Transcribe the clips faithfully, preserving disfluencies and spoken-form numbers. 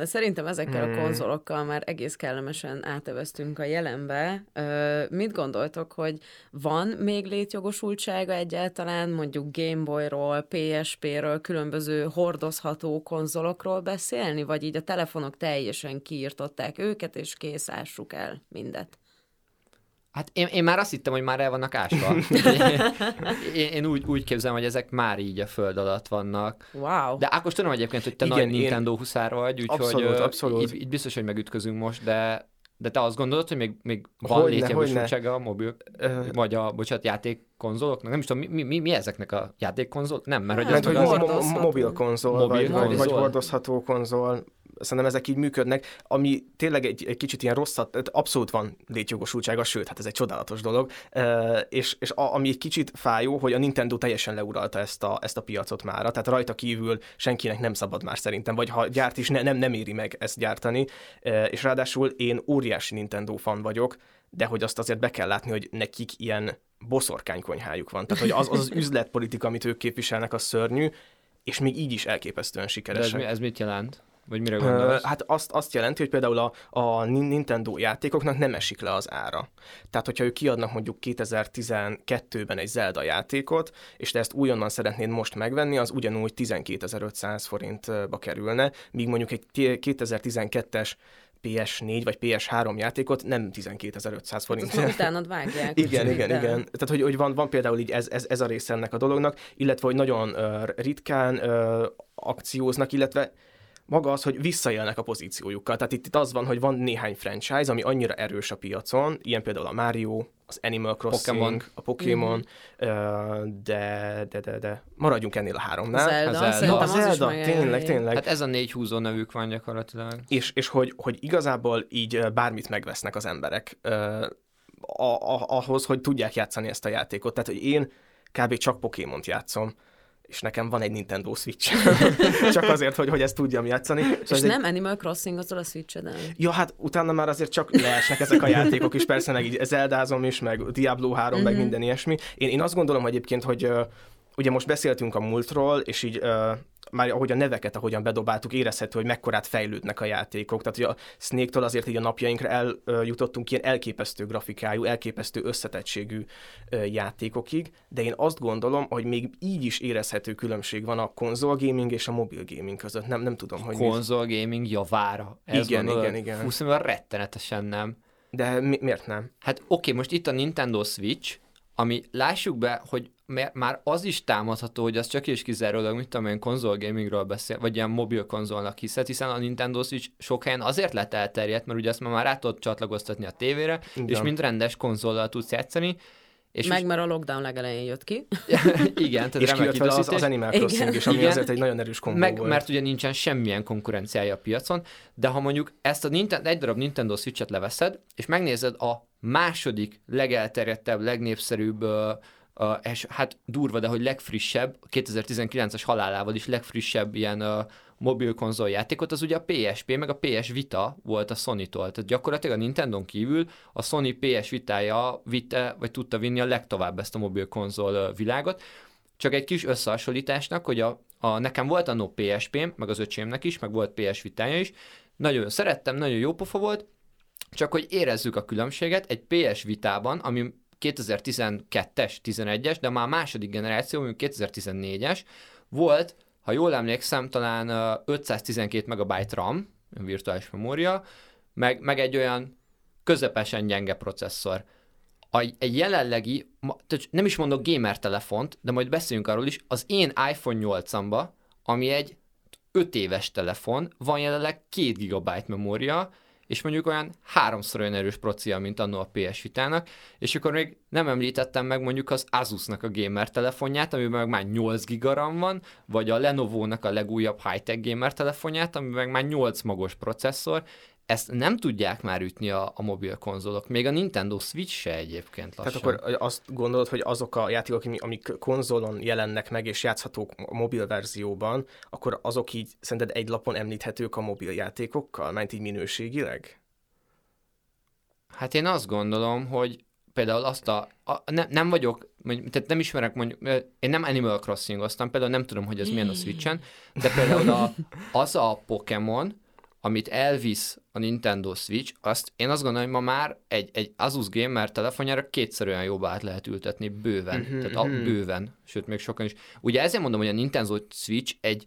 de szerintem ezekkel hmm. a konzolokkal már egész kellemesen áteveztünk a jelenbe. Ö, mit gondoltok, hogy van még létjogosultsága egyáltalán, mondjuk Game Boyról, pé es pé-ről, különböző hordozható konzolokról beszélni, vagy így a telefonok teljesen kiirtották őket, és kész, ássuk el mindet? Hát én, én már azt hittem, hogy már el vannak ásva. én én úgy, úgy képzelem, hogy ezek már így a föld alatt vannak. Wow. De Ákos, tudom egyébként, hogy te Igen, nagy Nintendo én... huszár vagy, úgyhogy abszolút, abszolút. Így, így biztos, hogy megütközünk most, de, de te azt gondolod, hogy még, még van létjogosultsága a mobil, uh, vagy a, bocsánat, játékkonzoloknak? Nem is tudom, mi, mi, mi ezeknek a játékkonzol? Nem, mert hogy... Mert, hogy mo- mobil konzol, mobil vagy, konzol. vagy hordozható konzol. Szerintem ezek így működnek, ami tényleg egy, egy kicsit ilyen rosszat, abszolút van létjogosultsága, sőt, hát ez egy csodálatos dolog, e, és, és a, ami egy kicsit fájó, hogy a Nintendo teljesen leuralta ezt a, ezt a piacot mára, tehát rajta kívül senkinek nem szabad már szerintem, vagy ha gyárt is, ne, nem, nem éri meg ezt gyártani, e, és ráadásul én óriási Nintendo fan vagyok, de hogy azt azért be kell látni, hogy nekik ilyen boszorkánykonyhájuk van, tehát hogy az az, az üzletpolitika, amit ők képviselnek, az szörnyű, és még így is elképesztően sikeresek. De ez, ez mit jelent? Vagy mire gondolsz? Hát azt, azt jelenti, hogy például a, a Nintendo játékoknak nem esik le az ára. Tehát, hogyha ők kiadnak mondjuk kétezer-tizenkettőben egy Zelda játékot, és te ezt újonnan szeretnéd most megvenni, az ugyanúgy tizenkétezer-ötszáz forintba kerülne, míg mondjuk egy kétezer-tizenkettes pé es négy vagy pé es három játékot nem tizenkétezer-ötszáz forint. Hát utánad vágják. igen, igen, de... igen. Tehát, hogy, hogy van, van például így ez, ez, ez a része ennek a dolognak, illetve, hogy nagyon uh, ritkán uh, akcióznak, illetve maga az, hogy visszaélnek a pozíciójukkal. Tehát itt, itt az van, hogy van néhány franchise, ami annyira erős a piacon, ilyen például a Mario, az Animal Crossing, Pokémon. a Pokémon, mm-hmm. de, de, de, de maradjunk ennél a háromnál. Zelda, a Zelda, a Zelda tényleg, tényleg. Hát ez a négy húzó nevük van gyakorlatilag. És, és hogy, hogy igazából így bármit megvesznek az emberek a, a, ahhoz, hogy tudják játszani ezt a játékot. Tehát, hogy én kb. Csak Pokémont játszom, és nekem van egy Nintendo Switch. Csak azért, hogy, hogy ezt tudjam játszani. És szóval nem egy... Animal Crossing azon a Switch-eden? Ja, hát utána már azért csak leesnek ezek a játékok is, persze meg így Zeldázom is, meg Diablo három, mm-hmm. meg minden ilyesmi. Én, én azt gondolom egyébként, hogy uh, ugye most beszéltünk a múltról, és így uh, már ahogy a neveket, ahogyan bedobáltuk, érezhető, hogy mekkorát fejlődnek a játékok. Tehát ugye a Snake-től azért így a napjainkra eljutottunk ilyen elképesztő grafikájú, elképesztő összetettségű játékokig, de én azt gondolom, hogy még így is érezhető különbség van a konzol gaming és a mobil gaming között. Nem, nem tudom, hogy... Konzol gaming javára. Ez igen, gondolod, igen, igen. Hú, szóval rettenetesen nem. De mi- miért nem? Hát oké, okay, most itt a Nintendo Switch, ami lássuk be, hogy már az is támadható, hogy az csak és kizárólag, mit tudom én, konzol gamingről beszél, vagy ilyen mobil konzolnak hiszed, hiszen a Nintendo Switch sok helyen azért lett elterjedt, mert ugye ezt már rá tudod csatlakoztatni a tévére, igen. és mind rendes konzollal tudsz játszani. És meg mert a lockdown legelején jött ki. Igen, tehát és kijött vele az, az Animal Crossing is, ami igen. azért egy nagyon erős kombó meg, volt. Mert ugye nincsen semmilyen konkurenciája a piacon, de ha mondjuk ezt a Nintendo, egy darab Nintendo Switch-et leveszed, és megnézed a második legelterjedtebb, legnépszerűbb, uh, uh, és hát durva, de hogy legfrissebb, kétezer-tizenkilences halálával is legfrissebb ilyen uh, mobilkonzol játékot, az ugye a pé es pé, meg a pé es Vita volt a Sony-tól. Tehát gyakorlatilag a Nintendon kívül a Sony pé es Vitája vitte, vagy tudta vinni a legtovább ezt a mobilkonzol világot. Csak egy kis összehasonlításnak, hogy a, a, nekem volt annó pé es pém, meg az öcsémnek is, meg volt pé es Vitája is. Nagyon szerettem, nagyon jó pofa volt, csak hogy érezzük a különbséget, egy pé es Vitában, ami kétezer-tizenkettes, tizenegyes, de már a második generáció, mondjuk kétezer-tizennégyes, volt, ha jól emlékszem, talán ötszáztizenkét megabyte RAM, virtuális memória, meg, meg egy olyan közepesen gyenge processzor. A, egy jelenlegi, nem is mondok gamer telefont, de majd beszéljünk arról is, az én iPhone nyolcamba, ami egy öt éves telefon, van jelenleg két gigabyte memória, és mondjuk olyan háromszor olyan erős procia, mint annó a pé es Vitának, és akkor még nem említettem meg mondjuk az Asusnak a gamer telefonját, amiben meg már nyolc giga RAM van, vagy a Lenovo-nak a legújabb high-tech gamer telefonját, amiben meg már nyolc magos processzor. Ezt nem tudják már ütni a, a mobil konzolok, még a Nintendo Switch se egyébként lassan. Tehát akkor azt gondolod, hogy azok a játékok, amik konzolon jelennek meg és játszhatók a mobil verzióban, akkor azok így szerinted egy lapon említhetők a mobil játékokkal, mert így minőségileg? Hát én azt gondolom, hogy például azt a, a ne, nem vagyok, tehát nem ismerek mondjuk, én nem Animal Crossing-oztam, például nem tudom, hogy ez milyen a Switchen, de például a, az a Pokémon, amit elvisz a Nintendo Switch, azt én azt gondolom, hogy ma már egy, egy Asus Gamer telefonjára kétszer olyan jobban át lehet ültetni bőven. Uh-huh, Tehát a, bőven, sőt még sokan is. Ugye ezért mondom, hogy a Nintendo Switch egy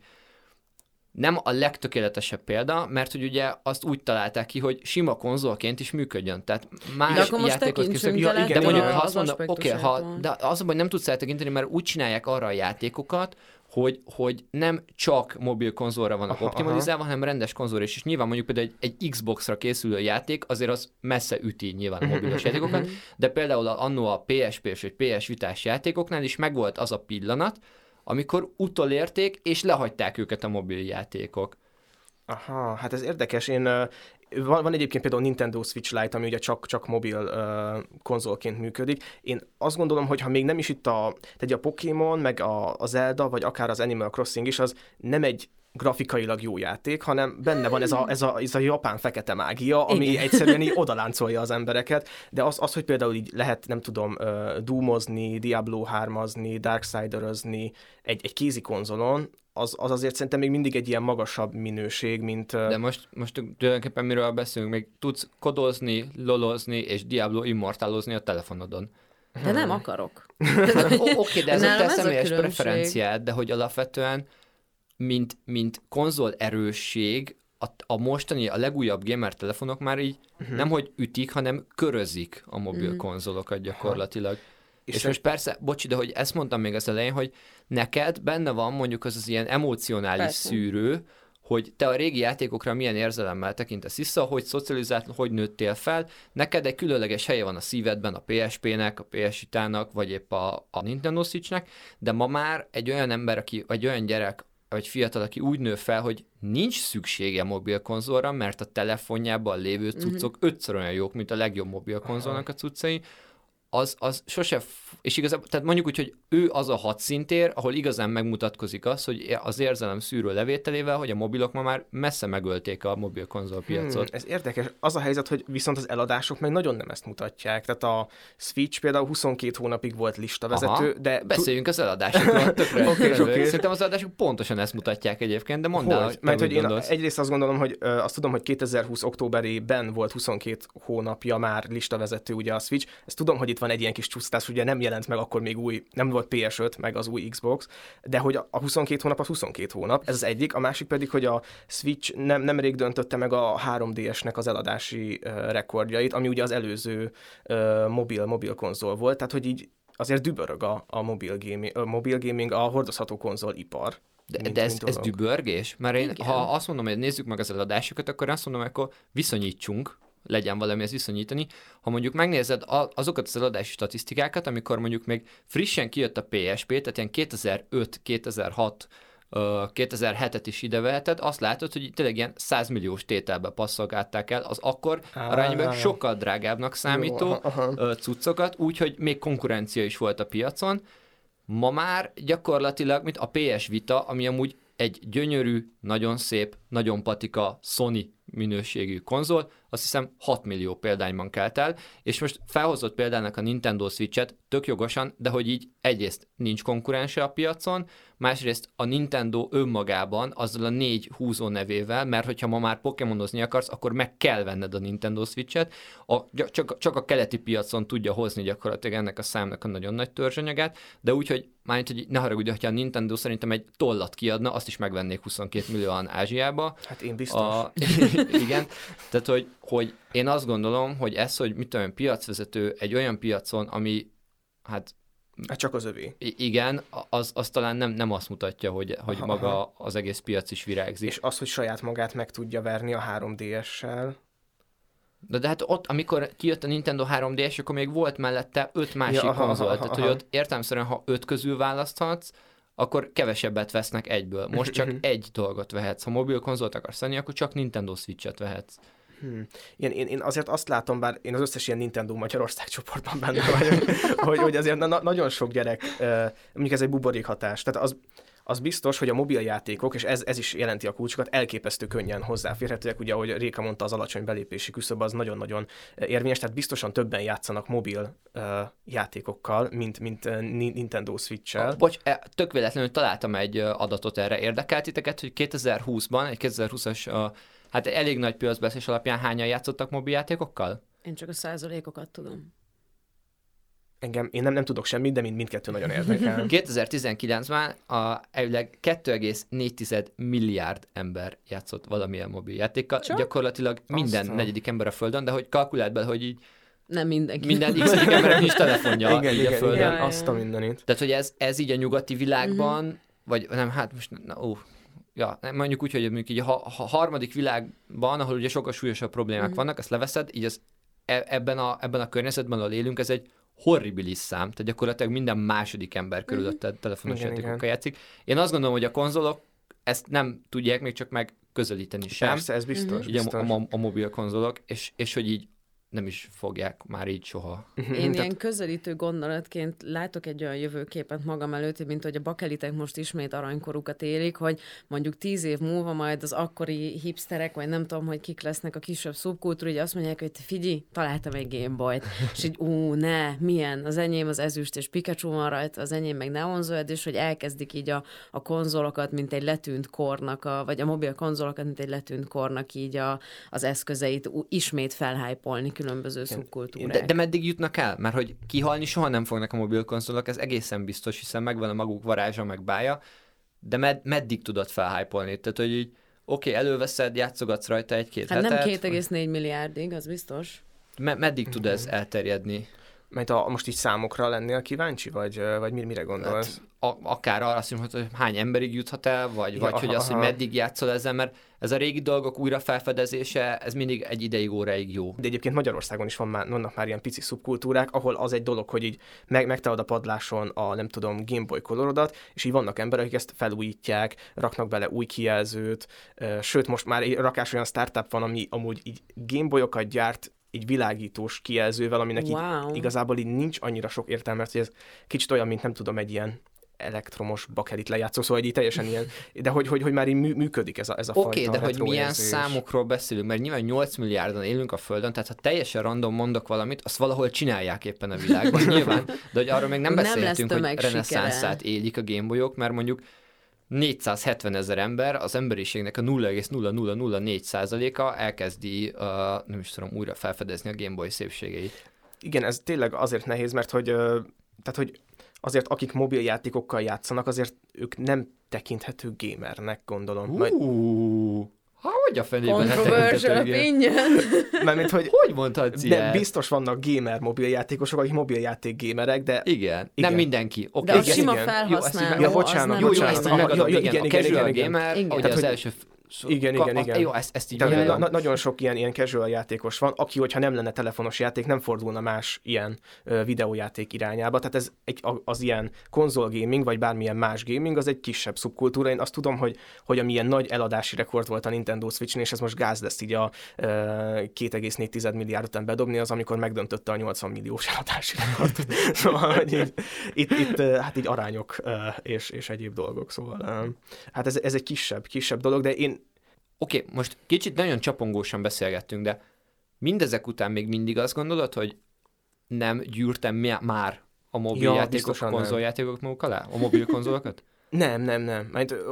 nem a legtökéletesebb példa, mert hogy ugye azt úgy találták ki, hogy sima konzolként is működjön. Tehát más játékot készíteni. Ja, igen, de mondjuk, ha azt mondom, oké, okay, ha, de az, hogy nem tudsz eltekinteni, mert úgy csinálják arra a játékokat, hogy, hogy nem csak mobil konzolra vannak aha, optimalizálva, aha. hanem rendes konzolra is. És nyilván mondjuk például egy, egy Xbox-ra készülő játék, azért az messze üti nyilván a mobilos játékokat, de például annó a pé es pés vagy pé es Vitás játékoknál is megvolt az a pillanat, amikor utolérték, és lehagyták őket a mobil játékok. Aha, hát ez érdekes. Én, uh, van, van egyébként például Nintendo Switch Lite, ami ugye csak, csak mobil uh, konzolként működik. Én azt gondolom, hogy ha még nem is itt a, tehát a Pokémon, meg a, a Zelda, vagy akár az Animal Crossing is, az nem egy grafikailag jó játék, hanem benne van ez a, ez a, ez a japán fekete mágia, ami igen. egyszerűen így odaláncolja az embereket, de az, az hogy például így lehet, nem tudom, uh, Doomozni, Diablo hármazni, Darksiderözni egy, egy kézi konzolon, az, az azért szerintem még mindig egy ilyen magasabb minőség, mint... Uh... De most, most tulajdonképpen miről beszélünk, még tudsz kodozni, lolozni és Diablo immortálozni a telefonodon. De nem akarok. Hát, Oké, okay, de ez a te személyes preferenciád, de hogy alapvetően mint, mint konzol erősség, a, a mostani, a legújabb gamer telefonok már így uh-huh. nem hogy ütik, hanem körözik a mobil uh-huh. konzolokat gyakorlatilag. Uh-huh. És, és most persze, bocsi, de hogy ezt mondtam még az elején, hogy neked benne van mondjuk az az ilyen emocionális persze. szűrő, hogy te a régi játékokra milyen érzelemmel tekintesz vissza, hogy szocializált, hogy nőttél fel, neked egy különleges helye van a szívedben a pé es pének, a pé es Vitának, vagy épp a, a Nintendo Switchnek, de ma már egy olyan ember, aki, vagy olyan gyerek, vagy fiatal, aki úgy nő fel, hogy nincs szüksége mobilkonzolra, mert a telefonjában lévő cuccok mm-hmm. ötször olyan jók, mint a legjobb mobilkonzolnak a cuccai, az, az sose, és igazából, tehát mondjuk úgy, hogy ő az a hadszintér, ahol igazán megmutatkozik az, hogy az érzelem szűrő levételével, hogy a mobilok ma már messze megölték a mobilkonzolpiacot. Hmm, ez érdekes. Az a helyzet, hogy viszont az eladások meg nagyon nem ezt mutatják. Tehát a Switch például huszonkét hónapig volt listavezető, aha, de... Beszéljünk az eladásokról. Tökre, okay, okay. Szerintem az eladások pontosan ezt mutatják egyébként, de mondd el, hogy mert hogy én egyrészt azt gondolom, hogy uh, azt tudom, hogy kétezer-húsz októberében volt huszonkét hónapja már listavezető ugye a Switch. Ezt tudom, hogy itt van egy ilyen kis csúsztás, ugye nem jelent meg akkor még új, nem volt pé es öt, meg az új Xbox, de hogy a huszonkét hónap az huszonkét hónap, ez az egyik, a másik pedig, hogy a Switch nem, nemrég döntötte meg a három dé esnek az eladási uh, rekordjait, ami ugye az előző uh, mobil, mobil konzol volt, tehát hogy így azért dübörög a, a mobil, gaming, a mobil gaming, a hordozható konzol ipar. De, mint, de ez, ez dübörgés? Mert én, igen. ha azt mondom, hogy nézzük meg az eladásokat, akkor azt mondom, hogy akkor viszonyítsunk, legyen valamihez viszonyítani. Ha mondjuk megnézed azokat az eladási statisztikákat, amikor mondjuk még frissen kijött a pé es pé, tehát ilyen kétezer-öt, kétezer-hat, kétezer-hetet is ide veheted, azt látod, hogy tényleg ilyen száz milliós tételbe passzolgálták el az akkor arányban sokkal drágábbnak számító jó, cuccokat, úgyhogy még konkurencia is volt a piacon. Ma már gyakorlatilag, mint a pé es Vita, ami amúgy egy gyönyörű, nagyon szép, nagyon patika Sony minőségű konzol, azt hiszem hat millió példányban kelt el, és most felhozott példának a Nintendo Switch-et, tök jogosan, de hogy így egyrészt nincs konkurense a piacon, másrészt a Nintendo önmagában azzal a négy húzó nevével, mert hogyha ma már pokémonozni akarsz, akkor meg kell venned a Nintendo Switch-et, a, csak, csak a keleti piacon tudja hozni gyakorlatilag ennek a számnak a nagyon nagy törzsanyagát, de úgy, hogy mármint, hogy ne haragudj, hogyha a Nintendo szerintem egy tollat kiadna, azt is megvennék huszonkét millióan Ázsiába. Hát én biztos. A, igen, tehát hogy, hogy én azt gondolom, hogy ez, hogy mit tudom, piacvezető egy olyan piacon, ami hát Hát csak az övé. Igen, az, az talán nem, nem azt mutatja, hogy, hogy aha, maga aha. az egész piac is virágzik. És az, hogy saját magát meg tudja verni a három dé essel. De, de hát ott, amikor kijött a Nintendo három dé es, akkor még volt mellette öt másik ja, aha, konzol. Aha, tehát, aha. hogy ott értelemszerűen, ha öt közül választhatsz, akkor kevesebbet vesznek egyből. Most csak egy dolgot vehetsz. Ha mobil konzolt akarsz venni, akkor csak Nintendo Switch-et vehetsz. Hmm. Ilyen, én, én azért azt látom, bár én az összes ilyen Nintendo Magyarország csoportban benne vagyok, hogy, hogy azért na, nagyon sok gyerek, mondjuk ez egy buborék hatás. Tehát az, az biztos, hogy a mobiljátékok, és ez, ez is jelenti a kulcsokat, elképesztő könnyen hozzáférhetőek. Ugye, ahogy Réka mondta, az alacsony belépési küszöb az nagyon-nagyon érvényes, tehát biztosan többen játszanak mobil uh, játékokkal, mint, mint uh, Nintendo Switch-el. Bocs, tök véletlenül találtam egy adatot erre. Érdekelt titeket, hogy kétezer-húszban, egy kétezer-húszas uh, Hát elég nagy piacbeszélés alapján hányan játszottak mobiljátékokkal? Én csak a százalékokat tudom. Engem, én nem, nem tudok semmit, de mind, mindkettő nagyon érdekel. kétezer-tizenkilencben a elvileg kettő egész négy milliárd ember játszott valamilyen mobiljátékkal. Csak? Gyakorlatilag minden Aztán. negyedik ember a Földön, de hogy kalkuláld bele, hogy így nem mindenki. Minden x emberek nincs telefonja igen, így igen, a Földön. Igen, azt a mindenit. Tehát, hogy ez, ez így a nyugati világban, uh-huh. vagy nem, hát most, na, ó, ja, mondjuk úgy, hogy mondjuk így a, a harmadik világban, ahol ugye sokkal súlyosabb problémák uh-huh. vannak, ezt leveszed, így az, ebben, a, ebben a környezetben, ahol élünk, ez egy horribilis szám, tehát gyakorlatilag minden második ember körülötted uh-huh. telefonos igen, játékokkal igen. játszik. Én azt gondolom, hogy a konzolok ezt nem tudják még csak megközelíteni sem. Persze, ez biztos. Így biztos. A, a, a mobil konzolok, és, és hogy így nem is fogják már így soha. Én Tehát... ilyen közelítő gondolatként látok egy olyan jövőképet magam előtt, mint hogy a bakelitek most ismét aranykorukat élik, hogy mondjuk tíz év múlva majd az akkori hipsterek, vagy nem tudom, hogy kik lesznek a kisebb szubkultúra, hogy azt mondják, hogy figyelj, találtam egy Gameboyt. És így, ú, ne, milyen? Az enyém az ezüst és Pikachu van rajta, az enyém meg Neon Zöld, és hogy elkezdik így a, a konzolokat, mint egy letűnt kornak, a, vagy a mobil konzolokat, mint egy letűnt kornak így a, az eszközeit ismét felhájpolni különböző szubkultúrák. De, de meddig jutnak el? Mert hogy kihalni soha nem fognak a mobilkonzolok, ez egészen biztos, hiszen megvan a maguk varázsa, meg bája, de med, meddig tudod felhájpolni? Tehát, hogy így oké, okay, előveszed, játszogatsz rajta egy-két hát hetet. Nem két egész négy milliárdig, az biztos. Me- meddig tud ez elterjedni? Mert a, most így számokra lennél kíváncsi, vagy, vagy mire gondolsz? Hát, a, akár arra azt mondom, hogy hány emberig juthat el, vagy, ja, vagy aha, hogy az, hogy meddig játszol ezzel, mert ez a régi dolgok újra felfedezése, ez mindig egy ideig, óráig jó. De egyébként Magyarországon is van már, vannak már ilyen pici szubkultúrák, ahol az egy dolog, hogy így meg, megtalad a padláson a, nem tudom, Game Boy Colorodat, és így vannak emberek, akik ezt felújítják, raknak bele új kijelzőt, sőt, most már egy rakás olyan startup van, ami amúgy így Game Boyokat gyárt, egy világítós kijelzővel, aminek wow. így, igazából így nincs annyira sok értelme, hogy ez kicsit olyan, mint nem tudom, egy ilyen elektromos bakelit lejátszó, szóval így teljesen ilyen, de hogy, hogy, hogy már így működik ez a, ez a okay, fajta de hogy milyen érzés. számokról beszélünk, mert nyilván nyolc milliárdan élünk a Földön, tehát ha teljesen random mondok valamit, azt valahol csinálják éppen a világban, nyilván, de hogy arról még nem beszélhetünk, hogy reneszánszát élik a Gameboyok, mert mondjuk négyszázhetven ezer ember, az emberiségnek a nulla egész nulla nulla nulla négy százaléka elkezdi, uh, nem is tudom, újra felfedezni a Gameboy szépségeit. Igen, ez tényleg azért nehéz, mert hogy, uh, tehát, hogy azért akik mobiljátékokkal játszanak, azért ők nem tekinthető gamernek, gondolom. Uh, Majd... Hogy a fenében Controversial opinion. Mármint, hogy hogy mondhatsz ilyet? Biztos vannak gamer mobiljátékosok, akik mobiljáték gamerek, de... Igen, igen. Nem mindenki. Okay. De a sima felhasználó, ja, bocsánat, az bocsánat, nem megadom, igen, igen, igen, a casual igen, gamer, igen. ugye Tehát, az hogy... első... So, igen, igen, ka- igen. Jó, ezt, ezt így Tehát, na- na- nagyon sok ilyen, ilyen casual játékos van, aki, hogyha nem lenne telefonos játék, nem fordulna más ilyen uh, videójáték irányába. Tehát ez egy, az ilyen konzol gaming, vagy bármilyen más gaming, az egy kisebb szubkultúra. Én azt tudom, hogy, hogy amilyen nagy eladási rekord volt a Nintendo Switch-n, és ez most gáz lesz így a uh, két egész négy milliárd után bedobni, az amikor megdöntötte a nyolcvan milliós eladási rekordot. Szóval, hogy így, itt, itt uh, hát így arányok uh, és, és egyéb dolgok. Szóval uh, hát ez, ez egy kisebb, kisebb dolog, de én Oké, okay, most kicsit nagyon csapongósan beszélgettünk, de mindezek után még mindig azt gondolod, hogy nem gyűrtem már a mobiljátékok, ja, a konzoljátékok maguk alá? A mobil konzolokat? Nem, nem, nem.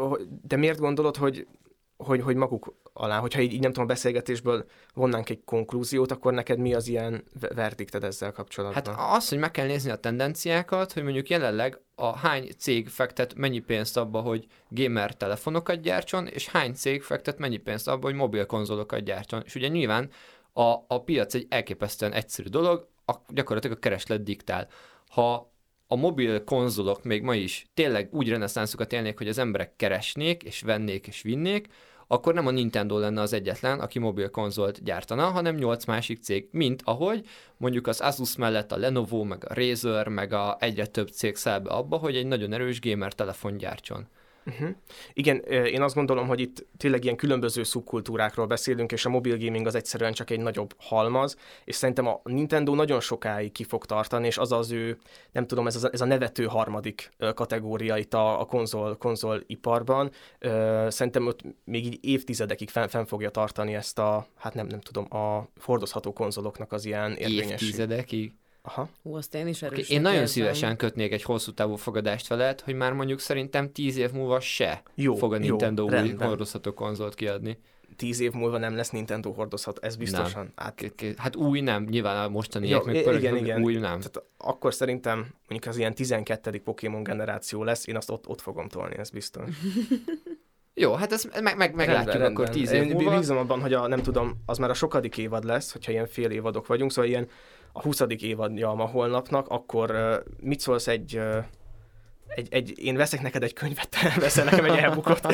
De miért gondolod, hogy, hogy, hogy maguk alá? Hogyha így, így nem tudom, a beszélgetésből vonnánk egy konklúziót, akkor neked mi az ilyen verdikted ezzel kapcsolatban? Hát az, hogy meg kell nézni a tendenciákat, hogy mondjuk jelenleg a hány cég fektet mennyi pénzt abba, hogy gamer telefonokat gyártson, és hány cég fektet mennyi pénzt abba, hogy mobil konzolokat gyártson. És ugye nyilván a, a piac egy elképesztően egyszerű dolog, a, gyakorlatilag a kereslet diktál. Ha a mobil konzolok még ma is tényleg úgy reneszánszukat élnék, hogy az emberek keresnék, és vennék, és vinnék, akkor nem a Nintendo lenne az egyetlen, aki mobil konzolt gyártana, hanem nyolc másik cég, mint ahogy mondjuk az Asus mellett a Lenovo, meg a Razer, meg a egyre több cég száll be abba, hogy egy nagyon erős gamer telefon gyártson. Uh-huh. Igen, én azt gondolom, hogy itt tényleg ilyen különböző szubkultúrákról beszélünk, és a mobil gaming az egyszerűen csak egy nagyobb halmaz, és szerintem a Nintendo nagyon sokáig ki fog tartani, és az az ő, nem tudom, ez a, ez a nevető harmadik kategória itt a, a konzol, konzoliparban. Szerintem ott még így évtizedekig fenn, fenn fogja tartani ezt a, hát nem, nem tudom, a hordozható konzoloknak az ilyen érvényesség. Évtizedekig? Aha. Hú, azt én is erősen okay, Én nagyon érzem. szívesen kötnék egy hosszú távú fogadást veled, hogy már mondjuk szerintem tíz év múlva se jó, fog a Nintendo jó, új hordozható konzolt kiadni. tíz év múlva nem lesz Nintendo hordozható, ez biztosan. Hát, hát új nem, nyilván a mostaniek ja, meg pörög, igen, igen. új nem. Tehát akkor szerintem mondjuk az ilyen tizenkettedik Pokémon generáció lesz, én azt ott, ott fogom tolni, ez biztos. Jó, hát ezt meg, meg, meglátjuk rendben, akkor tíz év múlva. Én bízom abban, hogy a, nem tudom, az már a sokadik évad lesz, hogyha ilyen fél évadok vagyunk, szóval ilyen a huszadik évadja ma holnapnak, akkor uh, mit szólsz egy, uh, egy, egy, én veszek neked egy könyvet, te veszel nekem egy e-bookot,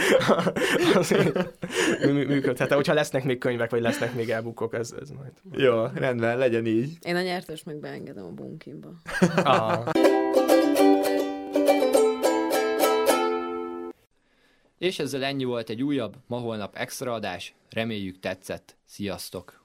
működhet. Hogyha lesznek még könyvek, vagy lesznek még e-bookok, ez, ez majd. Jó, rendben, legyen így. Én a nyertes meg beengedem a bunkimba. ah. És ezzel ennyi volt egy újabb, ma holnap extra adás. Reméljük tetszett. Sziasztok!